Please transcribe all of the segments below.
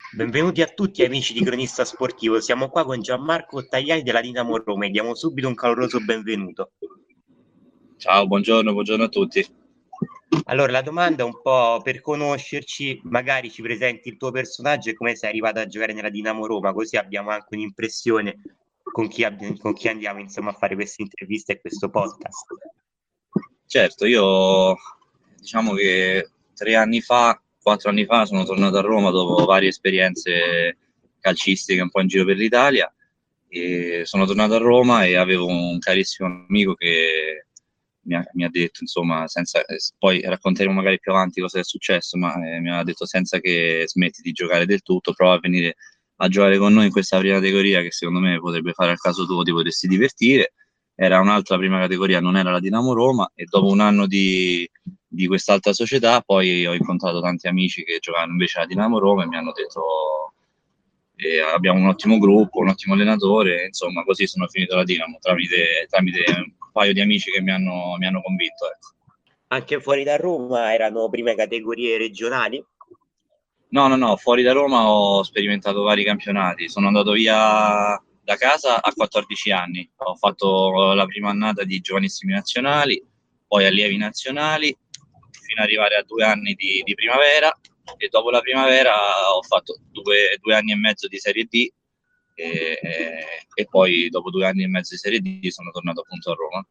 Benvenuti a tutti amici di Cronista Sportivo, siamo qua con Gianmarco Tagliani della Dinamo Roma e diamo subito un caloroso benvenuto. Ciao, buongiorno a tutti. Allora, la domanda è un po' per conoscerci, magari ci presenti il tuo personaggio e come sei arrivato a giocare nella Dinamo Roma, così abbiamo anche un'impressione con chi andiamo insomma a fare questa intervista e questo podcast. Certo, io diciamo che 3 anni fa, 4 anni fa sono tornato a Roma dopo varie esperienze calcistiche un po' in giro per l'Italia e sono tornato a Roma e avevo un carissimo amico che mi ha detto, insomma, senza, poi racconteremo magari più avanti cosa è successo, ma mi ha detto senza che smetti di giocare del tutto, prova a venire a giocare con noi in questa prima categoria che secondo me potrebbe fare al caso tuo, ti potresti divertire. Era un'altra prima categoria, non era la Dinamo Roma e dopo un anno di quest'altra società poi ho incontrato tanti amici che giocavano invece alla Dinamo Roma e mi hanno detto abbiamo un ottimo gruppo, un ottimo allenatore, insomma così sono finito alla Dinamo tramite un paio di amici che mi hanno convinto. Ecco. Anche fuori da Roma erano prime categorie regionali. No, no, no, fuori da Roma ho sperimentato vari campionati. Sono andato via da casa a 14 anni. Ho fatto la prima annata di giovanissimi nazionali, poi allievi nazionali, fino ad arrivare a 2 anni di primavera. E dopo la primavera ho fatto due anni e mezzo di Serie D. E poi dopo 2 anni e mezzo di Serie D sono tornato appunto a Roma.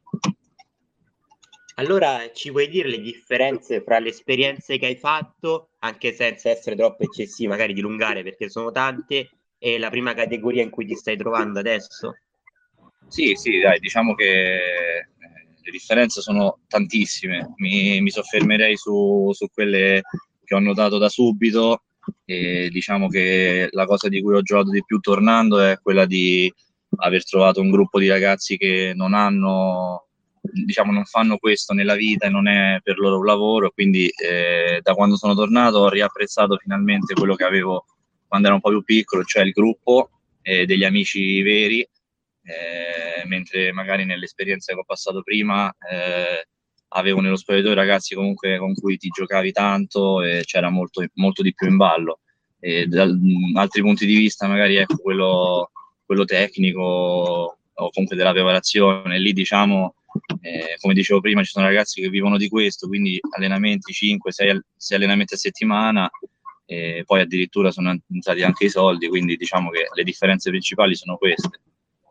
Allora, ci puoi dire le differenze fra le esperienze che hai fatto, anche senza essere troppo eccessivi, magari dilungare perché sono tante, e la prima categoria in cui ti stai trovando adesso? Sì, sì, dai, diciamo che le differenze sono tantissime. Mi soffermerei su quelle che ho notato da subito e diciamo che la cosa di cui ho giocato di più tornando è quella di aver trovato un gruppo di ragazzi che non hanno, diciamo, non fanno questo nella vita e non è per loro un lavoro, quindi da quando sono tornato ho riapprezzato finalmente quello che avevo quando ero un po' più piccolo, cioè il gruppo degli amici veri mentre magari nell'esperienza che ho passato prima avevo nello spogliatoio ragazzi comunque con cui ti giocavi tanto e c'era molto, molto di più in ballo. E da altri punti di vista, magari ecco quello tecnico o comunque della preparazione, lì diciamo, come dicevo prima, ci sono ragazzi che vivono di questo, quindi allenamenti 5-6 allenamenti a settimana. E poi addirittura sono entrati anche i soldi, quindi diciamo che le differenze principali sono queste.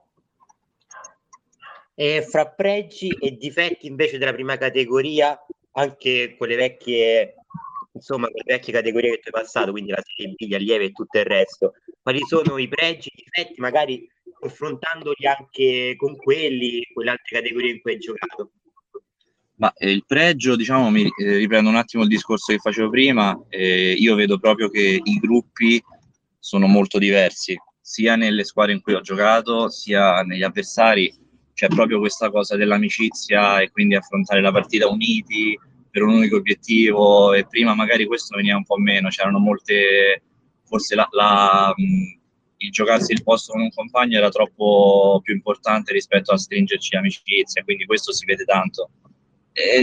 E fra pregi e difetti invece della prima categoria, anche quelle vecchie, insomma, quelle vecchie categorie che tu hai passato, quindi la Serie B, gli allievi e tutto il resto, quali sono i pregi e i difetti, magari confrontandoli anche con quelli, quelle altre categorie in cui hai giocato? Ma il pregio, diciamo, riprendo un attimo il discorso che facevo prima, io vedo proprio che i gruppi sono molto diversi, sia nelle squadre in cui ho giocato, sia negli avversari, c'è proprio questa cosa dell'amicizia e quindi affrontare la partita uniti per un unico obiettivo e prima magari questo veniva un po' meno, c'erano molte, forse il giocarsi il posto con un compagno era troppo più importante rispetto a stringerci amicizia, quindi questo si vede tanto. E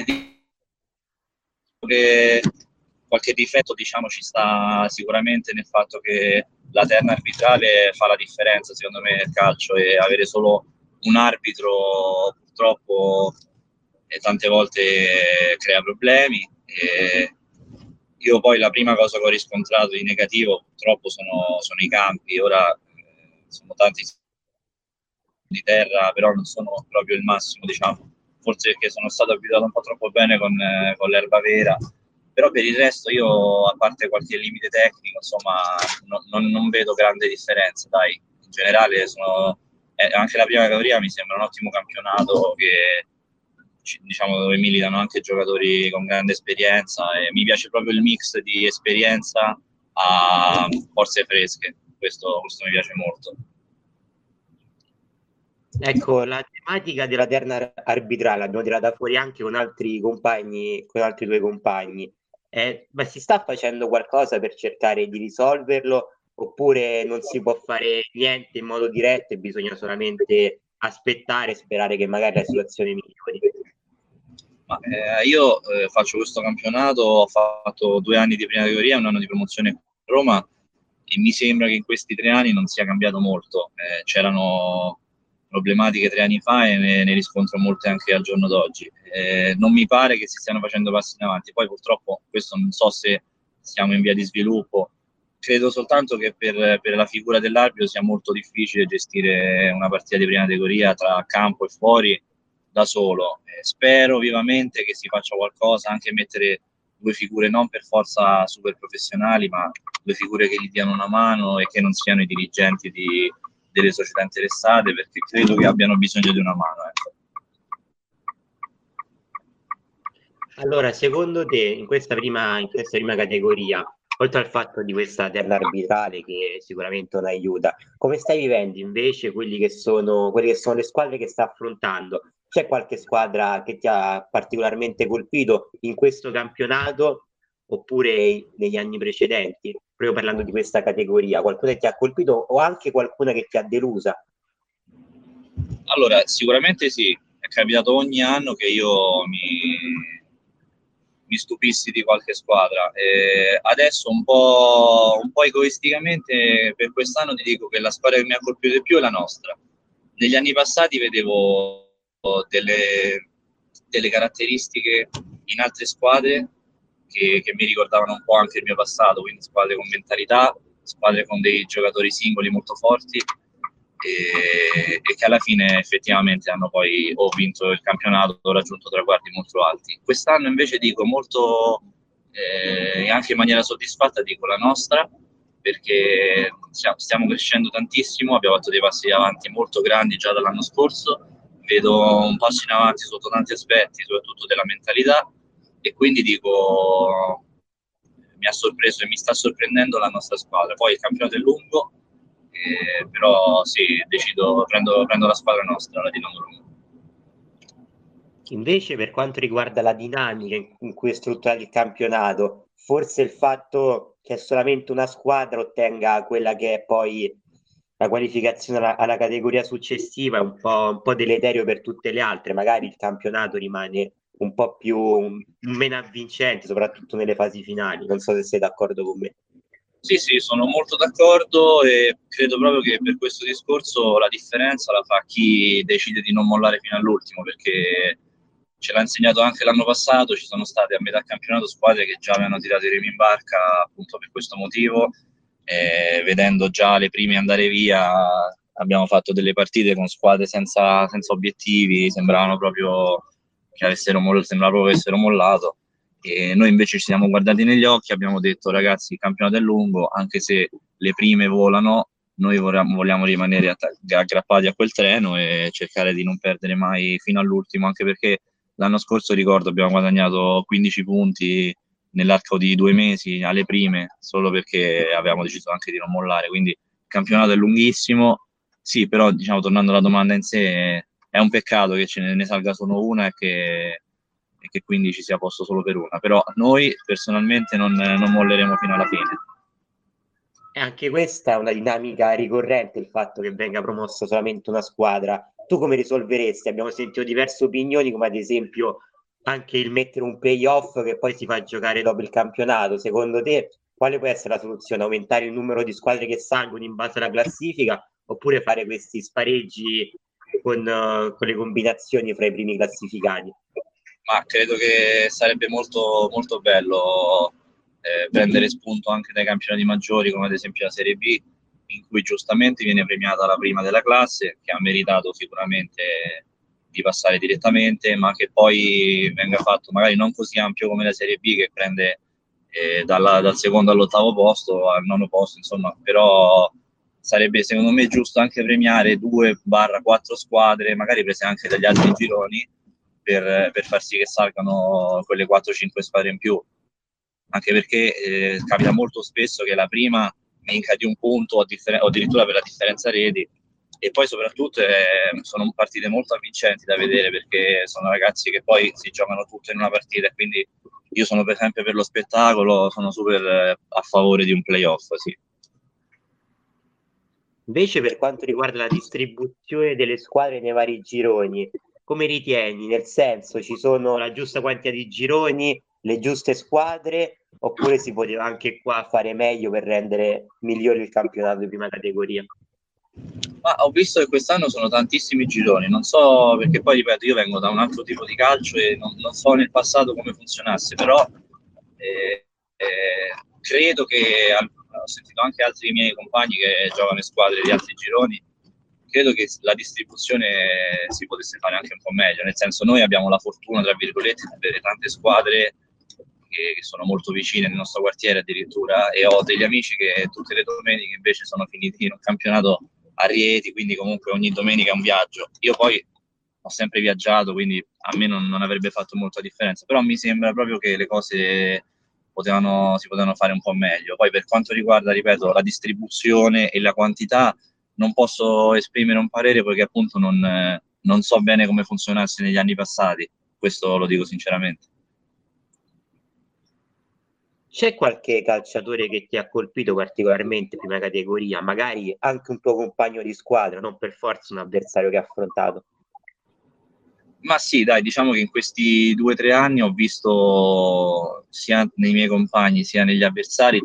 che qualche difetto diciamo ci sta sicuramente nel fatto che la terna arbitrale fa la differenza secondo me nel calcio e avere solo un arbitro purtroppo tante volte crea problemi e io poi la prima cosa che ho riscontrato di negativo purtroppo sono i campi, ora sono tanti di terra, però non sono proprio il massimo, diciamo, forse perché sono stato abituato un po' troppo bene con l'erba vera, però per il resto io, a parte qualche limite tecnico, insomma, non vedo grande differenza, dai, in generale anche la prima categoria mi sembra un ottimo campionato che diciamo dove militano anche giocatori con grande esperienza e mi piace proprio il mix di esperienza a forze fresche, questo mi piace molto. Ecco, la tematica della terna arbitrale l'abbiamo tirata fuori anche con altri compagni, con altri tuoi compagni. Ma si sta facendo qualcosa per cercare di risolverlo oppure non si può fare niente in modo diretto e bisogna solamente aspettare e sperare che magari la situazione migliori? Ma, io faccio questo campionato, ho fatto 2 anni di prima categoria, un anno di promozione a Roma e mi sembra che in questi 3 anni non sia cambiato molto. C'erano problematiche 3 anni fa e ne riscontro molte anche al giorno d'oggi. Non mi pare che si stiano facendo passi in avanti. Poi purtroppo questo non so se siamo in via di sviluppo. Credo soltanto che per la figura dell'arbitro sia molto difficile gestire una partita di prima categoria tra campo e fuori da solo. Spero vivamente che si faccia qualcosa, anche mettere due figure non per forza super professionali, ma due figure che gli diano una mano e che non siano i dirigenti delle società interessate, perché credo che abbiano bisogno di una mano. Ecco. Allora, secondo te, in questa prima categoria, oltre al fatto di questa terna arbitrale che sicuramente non aiuta, come stai vivendo invece quelle che sono le squadre che sta affrontando? C'è qualche squadra che ti ha particolarmente colpito in questo campionato oppure negli anni precedenti? Proprio parlando di questa categoria, qualcuno che ti ha colpito o anche qualcuna che ti ha delusa? Allora, sicuramente sì, è capitato ogni anno che io mi stupissi di qualche squadra. Adesso un po' egoisticamente per quest'anno ti dico che la squadra che mi ha colpito di più è la nostra. Negli anni passati vedevo delle caratteristiche in altre squadre che mi ricordavano un po' anche il mio passato, quindi squadre con mentalità, squadre con dei giocatori singoli molto forti e che alla fine effettivamente hanno poi o vinto il campionato o raggiunto traguardi molto alti. Quest'anno invece dico molto, anche in maniera soddisfatta, dico la nostra, perché stiamo crescendo tantissimo, abbiamo fatto dei passi avanti molto grandi già dall'anno scorso, vedo un passo in avanti sotto tanti aspetti, soprattutto della mentalità, e quindi dico mi ha sorpreso e mi sta sorprendendo la nostra squadra. Poi il campionato è lungo, però sì, prendo la squadra nostra, la Dinamo Roma. Invece, per quanto riguarda la dinamica in cui è strutturato il campionato, forse il fatto che solamente una squadra ottenga quella che è poi la qualificazione alla categoria successiva è un po' deleterio per tutte le altre. Magari il campionato rimane un po' più meno avvincente, soprattutto nelle fasi finali. Non so se sei d'accordo con me. Sì, sì, sono molto d'accordo e credo proprio che per questo discorso la differenza la fa chi decide di non mollare fino all'ultimo, perché ce l'ha insegnato anche l'anno passato, ci sono state a metà campionato squadre che già avevano tirato i remi in barca appunto per questo motivo, vedendo già le prime andare via abbiamo fatto delle partite con squadre senza obiettivi, sembravano proprio sembrava proprio che avessero mollato. E noi invece ci siamo guardati negli occhi, abbiamo detto ragazzi il campionato è lungo, anche se le prime volano, noi vogliamo rimanere aggrappati a quel treno e cercare di non perdere mai fino all'ultimo, anche perché l'anno scorso ricordo abbiamo guadagnato 15 punti nell'arco di 2 mesi alle prime, solo perché avevamo deciso anche di non mollare, quindi il campionato è lunghissimo, sì, però diciamo tornando alla domanda in sé, è un peccato che ne salga solo una e che quindi ci sia posto solo per una, però noi personalmente non molleremo fino alla fine. E anche questa è una dinamica ricorrente, il fatto che venga promossa solamente una squadra. Tu come risolveresti? Abbiamo sentito diverse opinioni, come ad esempio anche il mettere un playoff che poi si fa giocare dopo il campionato. Secondo te, quale può essere la soluzione? Aumentare il numero di squadre che salgono in base alla classifica oppure fare questi spareggi con le combinazioni fra i primi classificati? Ma credo che sarebbe molto, molto bello prendere spunto anche dai campionati maggiori, come ad esempio la Serie B, in cui giustamente viene premiata la prima della classe, che ha meritato sicuramente di passare direttamente, ma che poi venga fatto magari non così ampio come la Serie B, che prende dal secondo all'8° posto, al 9° posto, insomma, però sarebbe secondo me giusto anche premiare 2-4 squadre, magari prese anche dagli altri gironi, per far sì che salgano quelle 4-5 squadre in più, anche perché capita molto spesso che la prima vinca di un punto o addirittura per la differenza reti, e poi soprattutto sono partite molto avvincenti da vedere, perché sono ragazzi che poi si giocano tutto in una partita, e quindi io sono per esempio per lo spettacolo, sono super a favore di un playoff, sì. Invece, per quanto riguarda la distribuzione delle squadre nei vari gironi, come ritieni? Nel senso, ci sono la giusta quantità di gironi le giuste squadre, oppure si poteva anche qua fare meglio per rendere migliore il campionato di prima categoria? Ma ho visto che quest'anno sono tantissimi gironi, non so perché poi ripeto, io vengo da un altro tipo di calcio e non so nel passato come funzionasse, però credo che ho sentito anche altri miei compagni che giocano in squadre di altri gironi, credo che la distribuzione si potesse fare anche un po' meglio, nel senso noi abbiamo la fortuna, tra virgolette, di avere tante squadre che sono molto vicine nel nostro quartiere addirittura, e ho degli amici che tutte le domeniche invece sono finiti in un campionato a Rieti, quindi comunque ogni domenica è un viaggio. Io poi ho sempre viaggiato, quindi a me non avrebbe fatto molta differenza, però mi sembra proprio che le cose si potevano fare un po' meglio. Poi per quanto riguarda, ripeto, la distribuzione e la quantità, non posso esprimere un parere perché appunto non so bene come funzionasse negli anni passati, questo lo dico sinceramente. C'è qualche calciatore che ti ha colpito particolarmente prima categoria, magari anche un tuo compagno di squadra, non per forza un avversario che ha affrontato? Ma sì, dai, diciamo che in questi 2 o 3 anni ho visto sia nei miei compagni sia negli avversari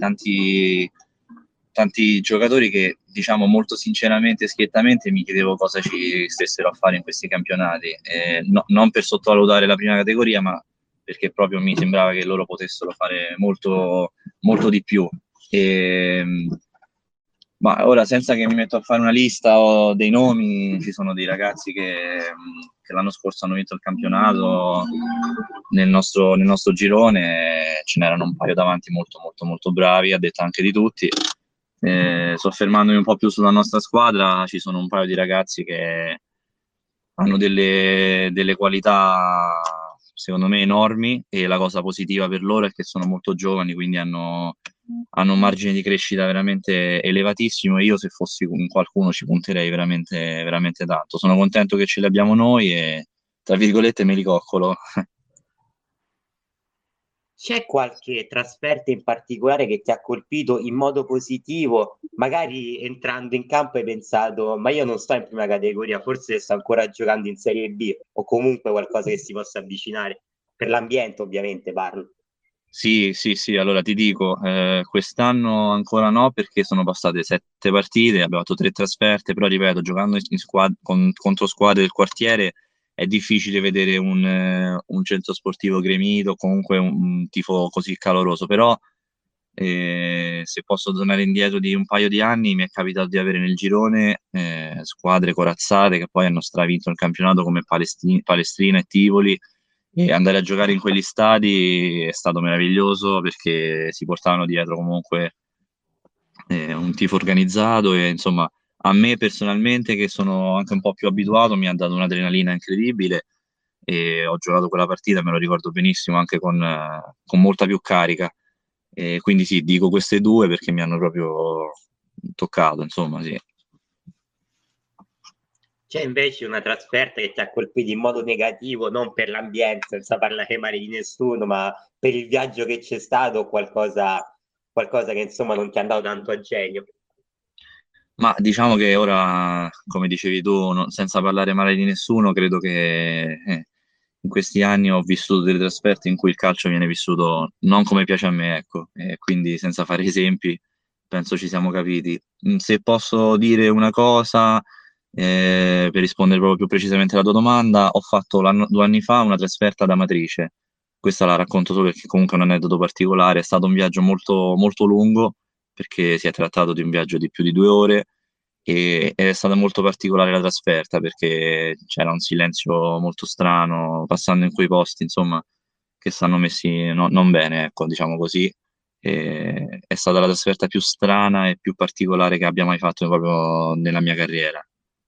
tanti giocatori che, diciamo, molto sinceramente e schiettamente mi chiedevo cosa ci stessero a fare in questi campionati. Non per sottovalutare la prima categoria, ma perché proprio mi sembrava che loro potessero fare molto, molto di più. E, ma ora, senza che mi metto a fare una lista o dei nomi, ci sono dei ragazzi che l'anno scorso hanno vinto il campionato nel nostro girone, ce n'erano un paio davanti molto, molto, molto bravi, a detta anche di tutti. Soffermandomi un po' più sulla nostra squadra, ci sono un paio di ragazzi che hanno delle qualità, secondo me, enormi, e la cosa positiva per loro è che sono molto giovani, quindi hanno un margine di crescita veramente elevatissimo, e io se fossi con qualcuno ci punterei veramente, veramente tanto. Sono contento che ce li abbiamo noi e, tra virgolette, me li coccolo. C'è qualche trasferta in particolare che ti ha colpito in modo positivo? Magari entrando in campo hai pensato, ma io non sto in prima categoria, forse sto ancora giocando in Serie B, o comunque qualcosa che si possa avvicinare. Per l'ambiente, ovviamente, parlo. Sì, sì, sì, allora ti dico, quest'anno ancora no perché sono passate 7 partite, abbiamo fatto 3 trasferte, però ripeto, giocando contro squadre del quartiere è difficile vedere un centro sportivo gremito, comunque un tifo così caloroso, però se posso tornare indietro di un paio di anni, mi è capitato di avere nel girone squadre corazzate che poi hanno stravinto il campionato come Palestrina e Tivoli, e andare a giocare in quegli stadi è stato meraviglioso perché si portavano dietro comunque un tifo organizzato, e insomma a me personalmente, che sono anche un po' più abituato, mi ha dato un'adrenalina incredibile, e ho giocato quella partita, me lo ricordo benissimo, anche con molta più carica. E quindi sì, dico queste due perché mi hanno proprio toccato, insomma, sì. C'è invece una trasferta che ti ha colpito in modo negativo, non per l'ambiente, senza parlare male di nessuno, ma per il viaggio che c'è stato, qualcosa che insomma non ti è andato tanto a genio. Ma diciamo che ora, come dicevi tu, senza parlare male di nessuno, credo che in questi anni ho vissuto delle trasferte in cui il calcio viene vissuto non come piace a me, ecco, e quindi senza fare esempi, penso ci siamo capiti. Se posso dire una cosa, per rispondere proprio più precisamente alla tua domanda, ho fatto 2 anni fa una trasferta ad Amatrice. Questa la racconto solo perché comunque è un aneddoto particolare, è stato un viaggio molto, molto lungo perché si è trattato di un viaggio di più di 2 ore, e è stata molto particolare la trasferta perché c'era un silenzio molto strano, passando in quei posti, insomma, che stanno messi non bene, ecco, diciamo così. E è stata la trasferta più strana e più particolare che abbia mai fatto proprio nella mia carriera.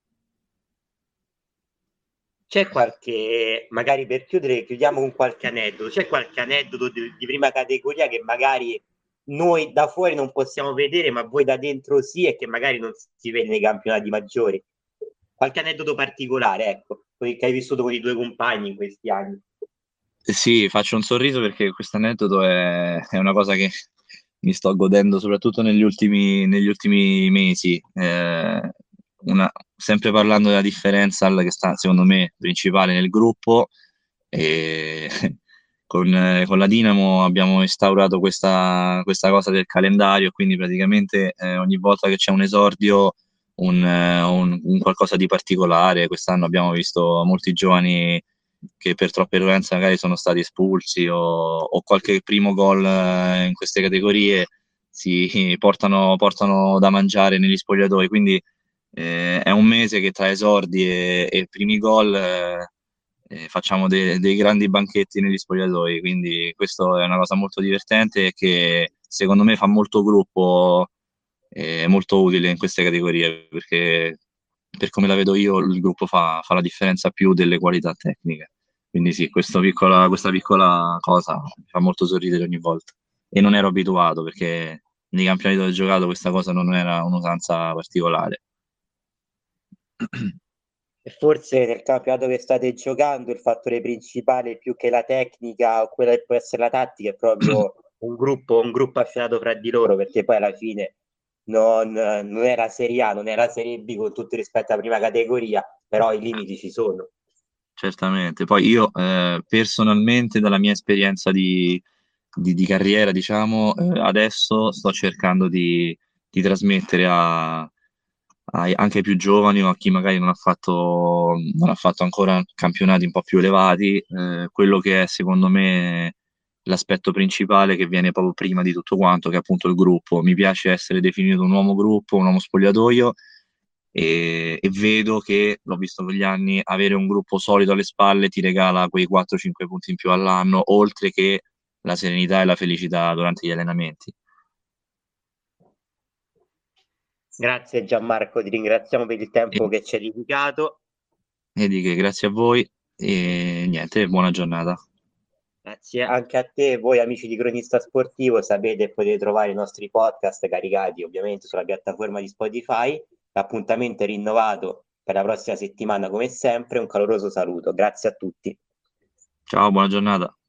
C'è qualche, magari per chiudere, chiudiamo con qualche aneddoto. C'è qualche aneddoto di prima categoria che magari noi da fuori non possiamo vedere, ma voi da dentro sì, e che magari non si vede nei campionati maggiori? Qualche aneddoto particolare, ecco, che hai vissuto con i tuoi compagni in questi anni. Sì, faccio un sorriso perché questo aneddoto è una cosa che mi sto godendo soprattutto negli ultimi mesi. Sempre parlando della differenza che sta, secondo me, principale nel gruppo, e con la Dinamo abbiamo instaurato questa cosa del calendario, quindi praticamente ogni volta che c'è un esordio, un qualcosa di particolare. Quest'anno abbiamo visto molti giovani che per troppe violenze magari sono stati espulsi o qualche primo gol in queste categorie si portano da mangiare negli spogliatoi, quindi è un mese che tra esordi e primi gol facciamo dei grandi banchetti negli spogliatoi, quindi questo è una cosa molto divertente e che secondo me fa molto gruppo, è molto utile in queste categorie, perché per come la vedo io il gruppo fa la differenza più delle qualità tecniche. Quindi sì, questa piccola cosa mi fa molto sorridere ogni volta. E non ero abituato perché nei campionati dove ho giocato questa cosa non era un'usanza particolare. E forse nel campionato che state giocando il fattore principale più che la tecnica o quella che può essere la tattica è proprio un gruppo affiatato fra di loro, perché poi alla fine non era Serie A, non era Serie B con tutto rispetto alla prima categoria, però i limiti ci sono. Certamente. Poi io personalmente, dalla mia esperienza di carriera, diciamo, adesso sto cercando di trasmettere anche ai più giovani o a chi magari non ha fatto ancora campionati un po' più elevati, quello che è secondo me l'aspetto principale che viene proprio prima di tutto quanto, che è appunto il gruppo. Mi piace essere definito un uomo gruppo, un uomo spogliatoio e vedo che, l'ho visto con gli anni, avere un gruppo solido alle spalle ti regala quei 4-5 punti in più all'anno, oltre che la serenità e la felicità durante gli allenamenti. Grazie Gianmarco, ti ringraziamo per il E, tempo che ci hai dedicato. e di che grazie a voi e niente, buona giornata. Grazie anche a te, voi amici di Cronista Sportivo, sapete che potete trovare i nostri podcast caricati ovviamente sulla piattaforma di Spotify. L'appuntamento è rinnovato per la prossima settimana come sempre. Un caloroso saluto, grazie a tutti. Ciao, buona giornata.